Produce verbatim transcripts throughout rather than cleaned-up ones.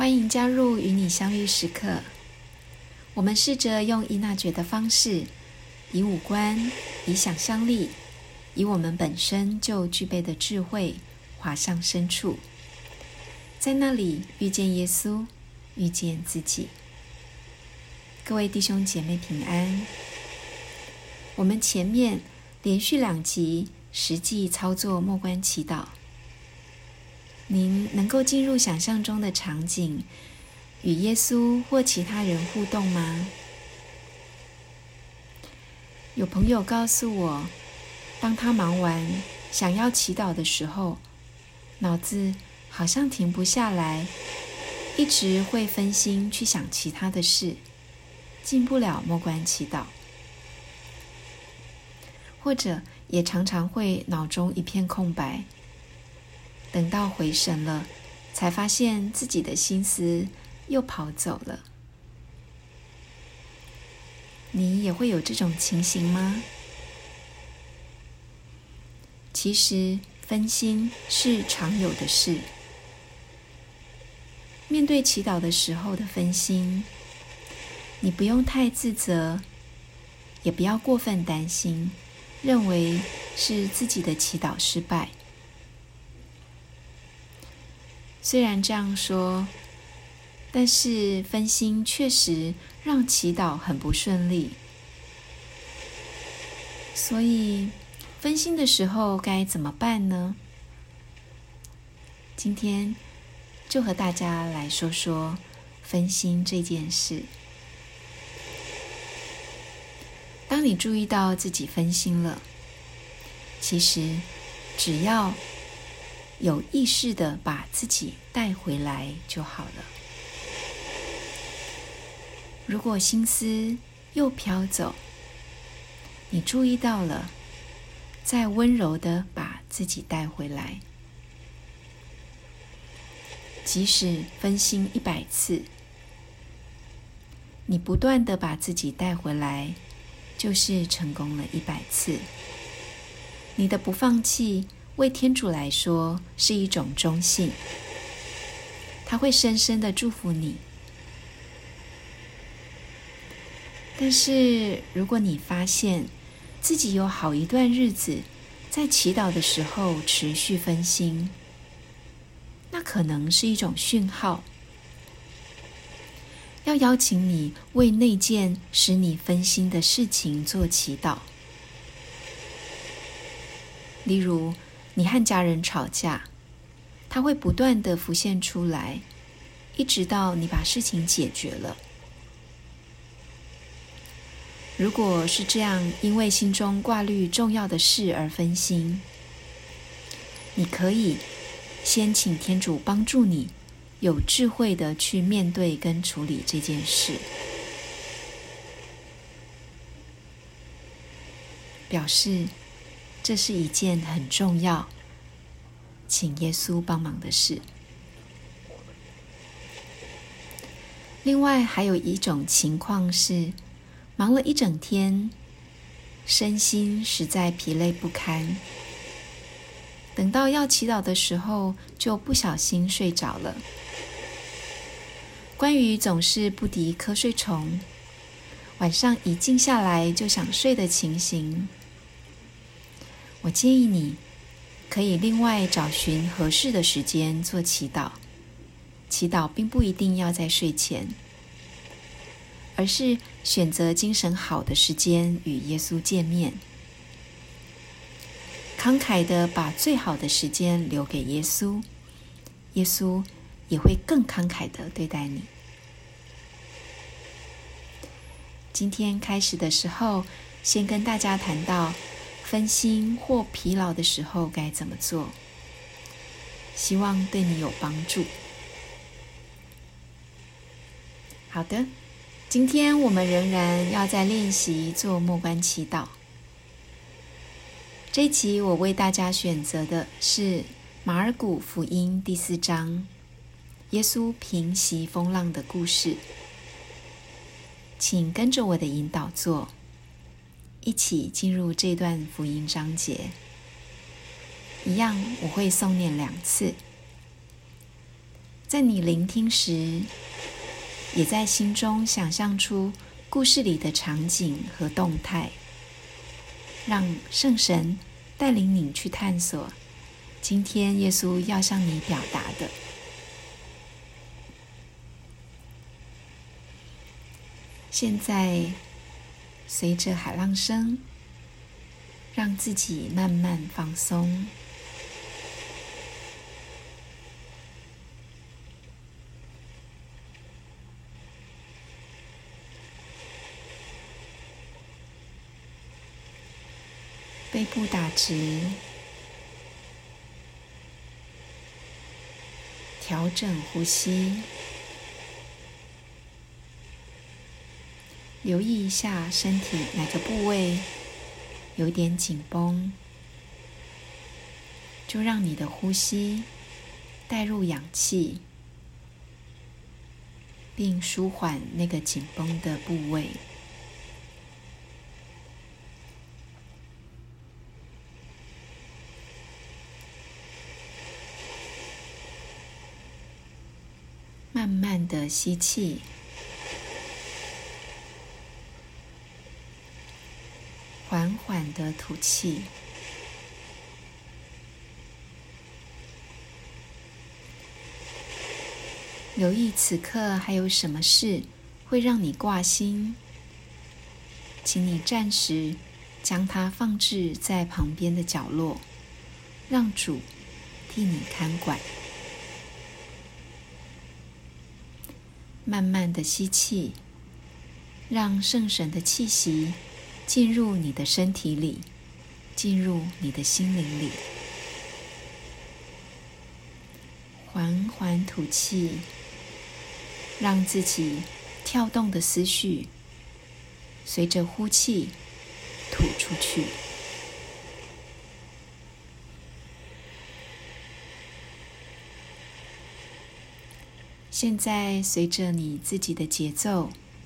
欢迎加入与你相遇时刻。我们试着用依纳爵的方式，以五官，以想象力，以我们本身就具备的智慧，滑向深处，在那里遇见耶稣，遇见自己。各位弟兄姐妹平安。我们前面连续两集实际操作默观祈祷，您能够进入想象中的场景，与耶稣或其他人互动吗？有朋友告诉我，当他忙完想要祈祷的时候，脑子好像停不下来，一直会分心去想其他的事，进不了默观祈祷。或者也常常会脑中一片空白，等到回神了，才发现自己的心思又跑走了。你也会有这种情形吗？其实分心是常有的事。面对祈祷的时候的分心，你不用太自责，也不要过分担心，认为是自己的祈祷失败。虽然这样说，但是分心确实让祈祷很不顺利。所以分心的时候该怎么办呢？今天就和大家来说说分心这件事。当你注意到自己分心了，其实只要有意识地把自己带回来就好了。如果心思又飘走，你注意到了，再温柔地把自己带回来。即使分心一百次，你不断地把自己带回来，就是成功了一百次。你的不放弃，为天主来说是一种忠信，他会深深地祝福你。但是如果你发现自己有好一段日子在祈祷的时候持续分心，那可能是一种讯号，要邀请你为那件使你分心的事情做祈祷。例如，你和家人吵架，它会不断地浮现出来，一直到你把事情解决了。如果是这样，因为心中挂虑重要的事而分心，你可以先请天主帮助你有智慧地去面对跟处理这件事，表示这是一件很重要，请耶稣帮忙的事。另外还有一种情况是，忙了一整天，身心实在疲累不堪，等到要祈祷的时候，就不小心睡着了。关于总是不敌瞌睡虫，晚上一静下来就想睡的情形，我建议你可以另外找寻合适的时间做祈祷。祈祷并不一定要在睡前，而是选择精神好的时间与耶稣见面，慷慨地把最好的时间留给耶稣，耶稣也会更慷慨地对待你。今天开始的时候，先跟大家谈到分心或疲劳的时候该怎么做，希望对你有帮助。好的，今天我们仍然要再练习做默观祈祷。这一集我为大家选择的是马尔谷福音第四章，耶稣平息风浪的故事。请跟着我的引导做，一起进入这段福音章节。一样，我会诵念两次。 在你聆听时，也在心中想象出故事里的场景和动态，让圣神带领你去探索今天耶稣要向你表达的。现在随着海浪声，让自己慢慢放松。背部打直，调整呼吸，留意一下身体哪个部位有点紧绷，就让你的呼吸带入氧气，并舒缓那个紧绷的部位。慢慢的吸气，缓缓的吐气。留意此刻还有什么事会让你挂心，请你暂时将它放置在旁边的角落，让主替你看管。慢慢的吸气，让圣神的气息进入你的身体里，进入你的心灵里。缓缓吐气，让自己跳动的思绪随着呼气吐出去。现在随着你自己的节奏，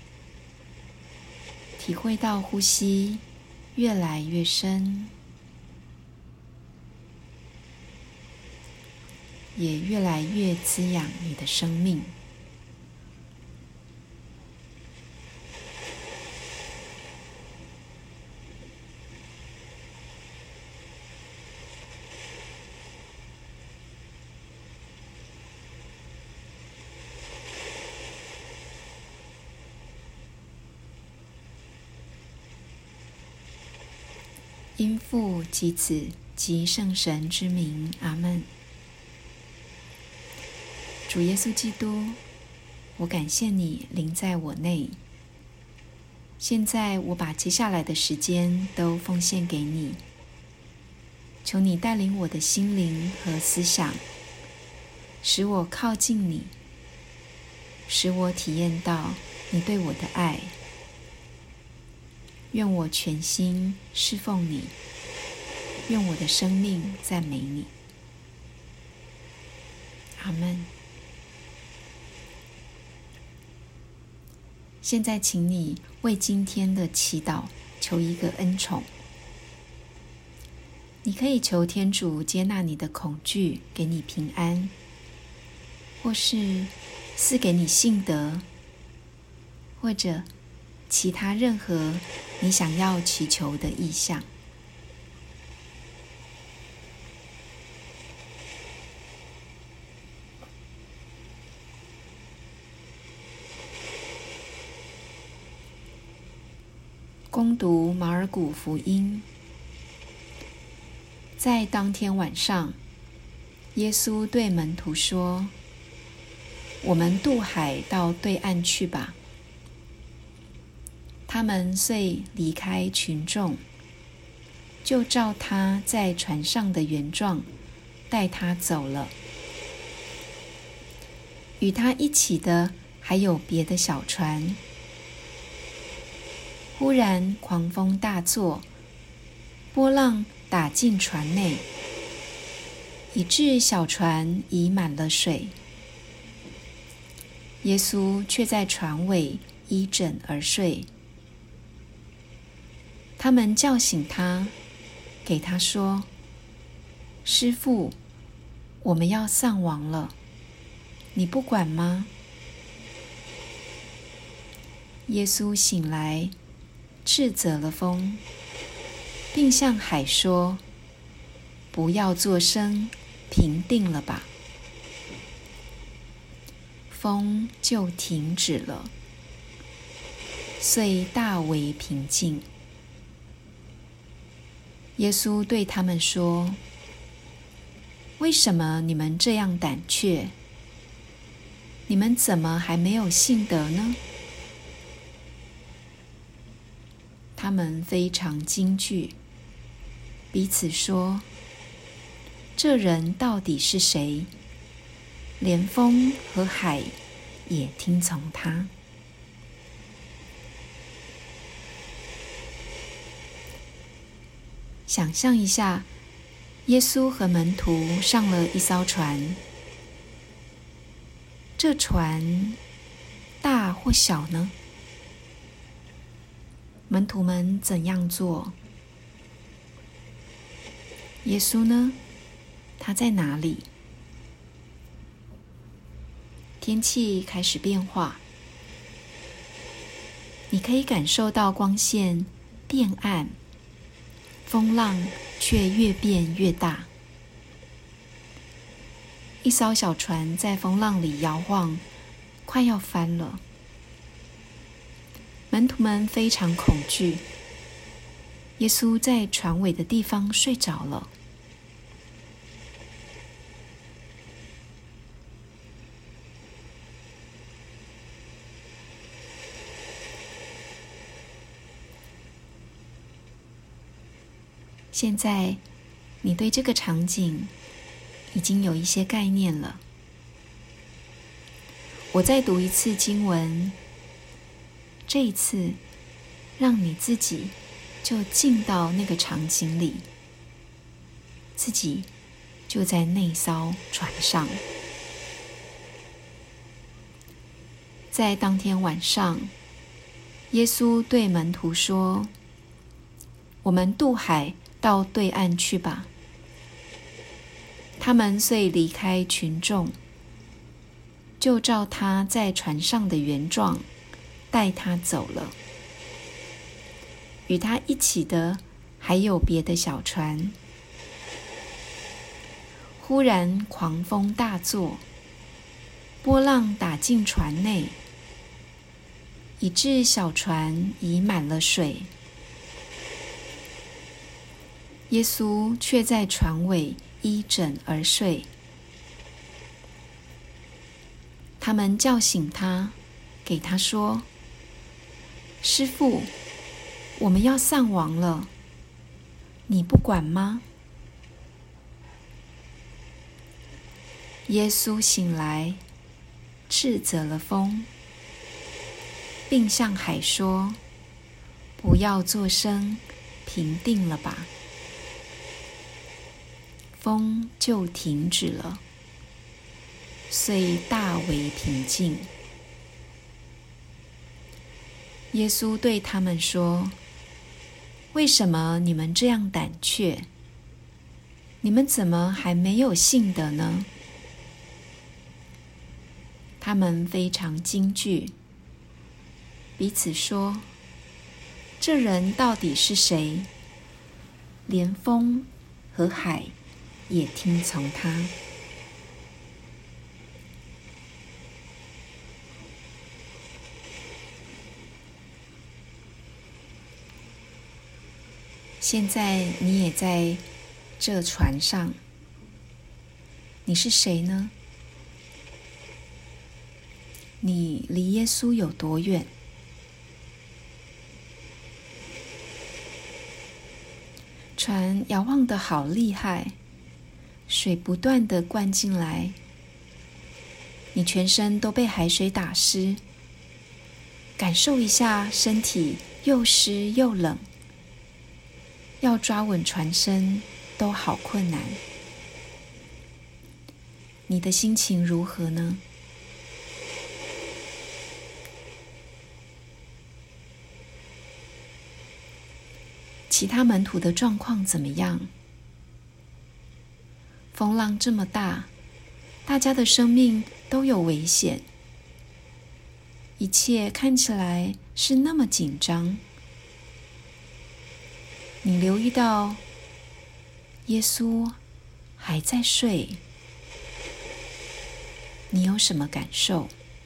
体会到呼吸越来越深，也越来越滋养你的生命。因父及子及圣神之名，阿们。主耶稣基督，我感谢你临在我内。现在我把接下来的时间都奉献给你，求你带领我的心灵和思想，使我靠近你，使我体验到你对我的爱。愿我全心侍奉你，愿我的生命赞美你。阿们。现在请你为今天的祈祷求一个恩宠。你可以求天主接纳你的恐惧，给你平安，或是赐给你信德，或者其他任何你想要祈求的意向。恭读马尔谷福音。在当天晚上，耶稣对门徒说：“我们渡海到对岸去吧。”他们遂离开群众，就照他在船上的原状带他走了。与他一起的还有别的小船。忽然狂风大作，波浪打进船内，以致小船已满了水。耶稣却在船尾依枕而睡。他们叫醒他，给他说：“师父，我们要丧亡了。” 你不管吗？耶稣醒来，斥责了风，并向海说：不要作声，平定了吧。风就停止了，遂大为平静。耶稣对他们说：为什么你们这样胆怯？你们怎么还没有信德呢？他们非常惊惧，彼此说：这人到底是谁？连风和海也听从他。想象一下，耶稣和门徒上了一艘船，这船大或小呢？门徒们怎样做？耶稣呢？他在哪里？天气开始变化，你可以感受到光线变暗，风浪却越变越大。一艘小船在风浪里摇晃，快要翻了。门徒们非常恐惧。耶稣在船尾的地方睡着了。现在，你对这个场景已经有一些概念了。我再读一次经文，这一次让你自己就进到那个场景里，自己就在那艘船上。在当天晚上，耶稣对门徒说：我们渡海到对岸去吧。他们遂离开群众，就照他在船上的原状带他走了。与他一起的还有别的小船。忽然狂风大作，波浪打进船内，以致小船已满了水。耶稣却在船尾依枕而睡。他们叫醒他，给他说：师父，我们要丧亡了，你不管吗？耶稣醒来，斥责了风，并向海说：不要作声，平定了吧。风就停止了，遂大为平静。耶稣对他们说：为什么你们这样胆怯？你们怎么还没有信德呢？他们非常惊惧，彼此说：这人到底是谁？连风和海也听从他。现在你也在这船上，你是谁呢？你离耶稣有多远？船摇晃得好厉害，水不断地灌进来，你全身都被海水打湿，感受一下身体又湿又冷，要抓稳船身都好困难。你的心情如何呢？其他门徒的状况怎么样？风浪这么大，大家的生命都有危险，一切看起来是那么紧张。你留意到耶稣还在睡，你有什么感受？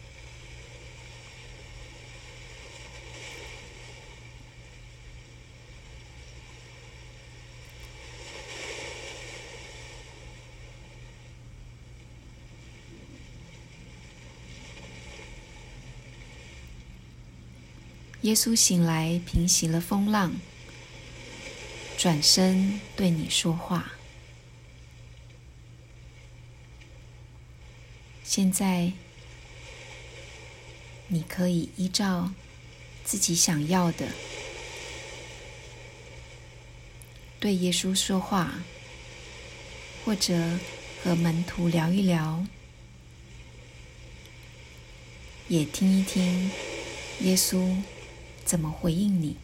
耶稣醒来，平息了风浪，转身对你说话。现在，你可以依照自己想要的，对耶稣说话，或者和门徒聊一聊，也听一听耶稣怎么回应你。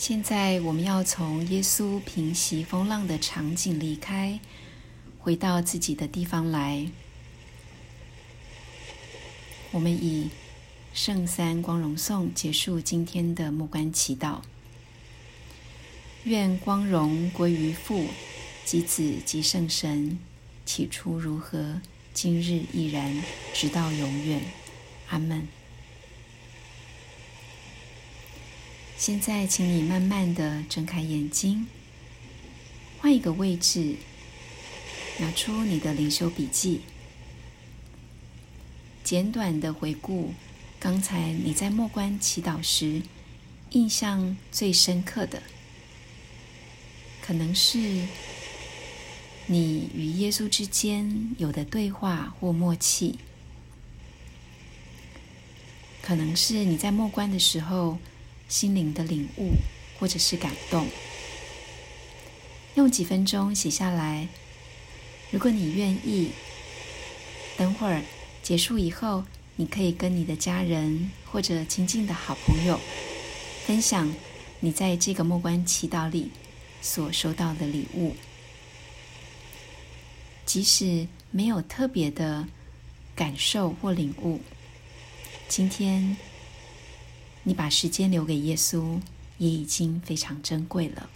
现在我们要从耶稣平息风浪的场景离开，回到自己的地方来。我们以圣三光荣颂结束今天的默观祈祷。愿光荣归于父及子及圣神，起初如何，今日亦然，直到永远。阿们。现在请你慢慢地睁开眼睛，换一个位置，拿出你的灵修笔记，简短的回顾刚才你在默观祈祷时印象最深刻的，可能是你与耶稣之间有的对话或默契，可能是你在默观的时候心灵的领悟或者是感动。用几分钟写下来，如果你愿意，等会儿结束以后，你可以跟你的家人或者亲近的好朋友分享你在这个默观祈祷里所收到的礼物。即使没有特别的感受或领悟，今天你把时间留给耶稣，也已经非常珍贵了。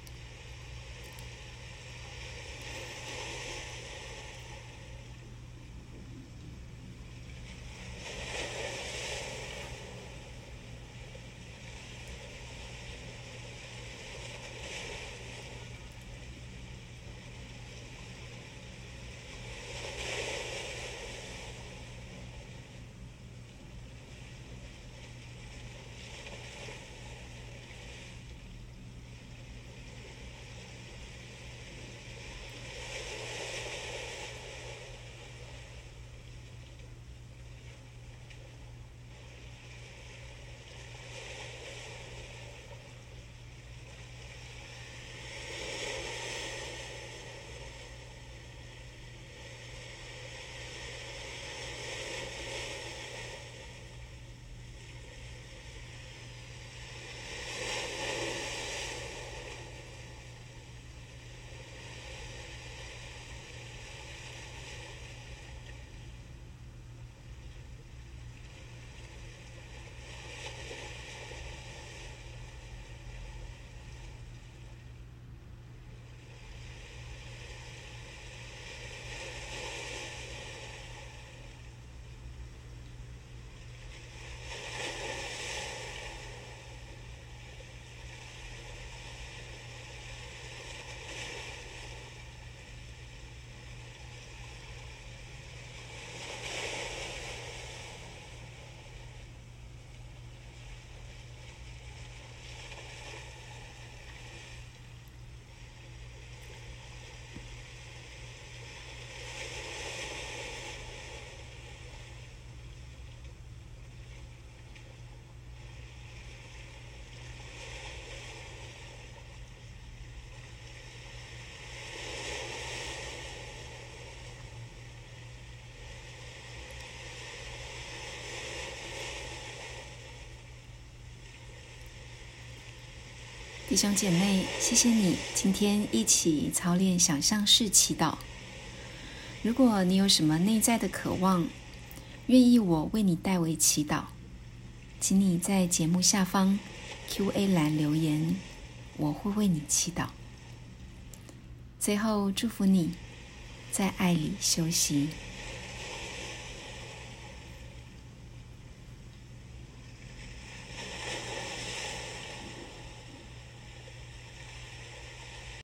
弟兄姐妹，谢谢你今天一起操练想象式祈祷。如果你有什么内在的渴望，愿意我为你代为祈祷，请你在节目下方 Q A 栏留言，我会为你祈祷。最后祝福你在爱里休息。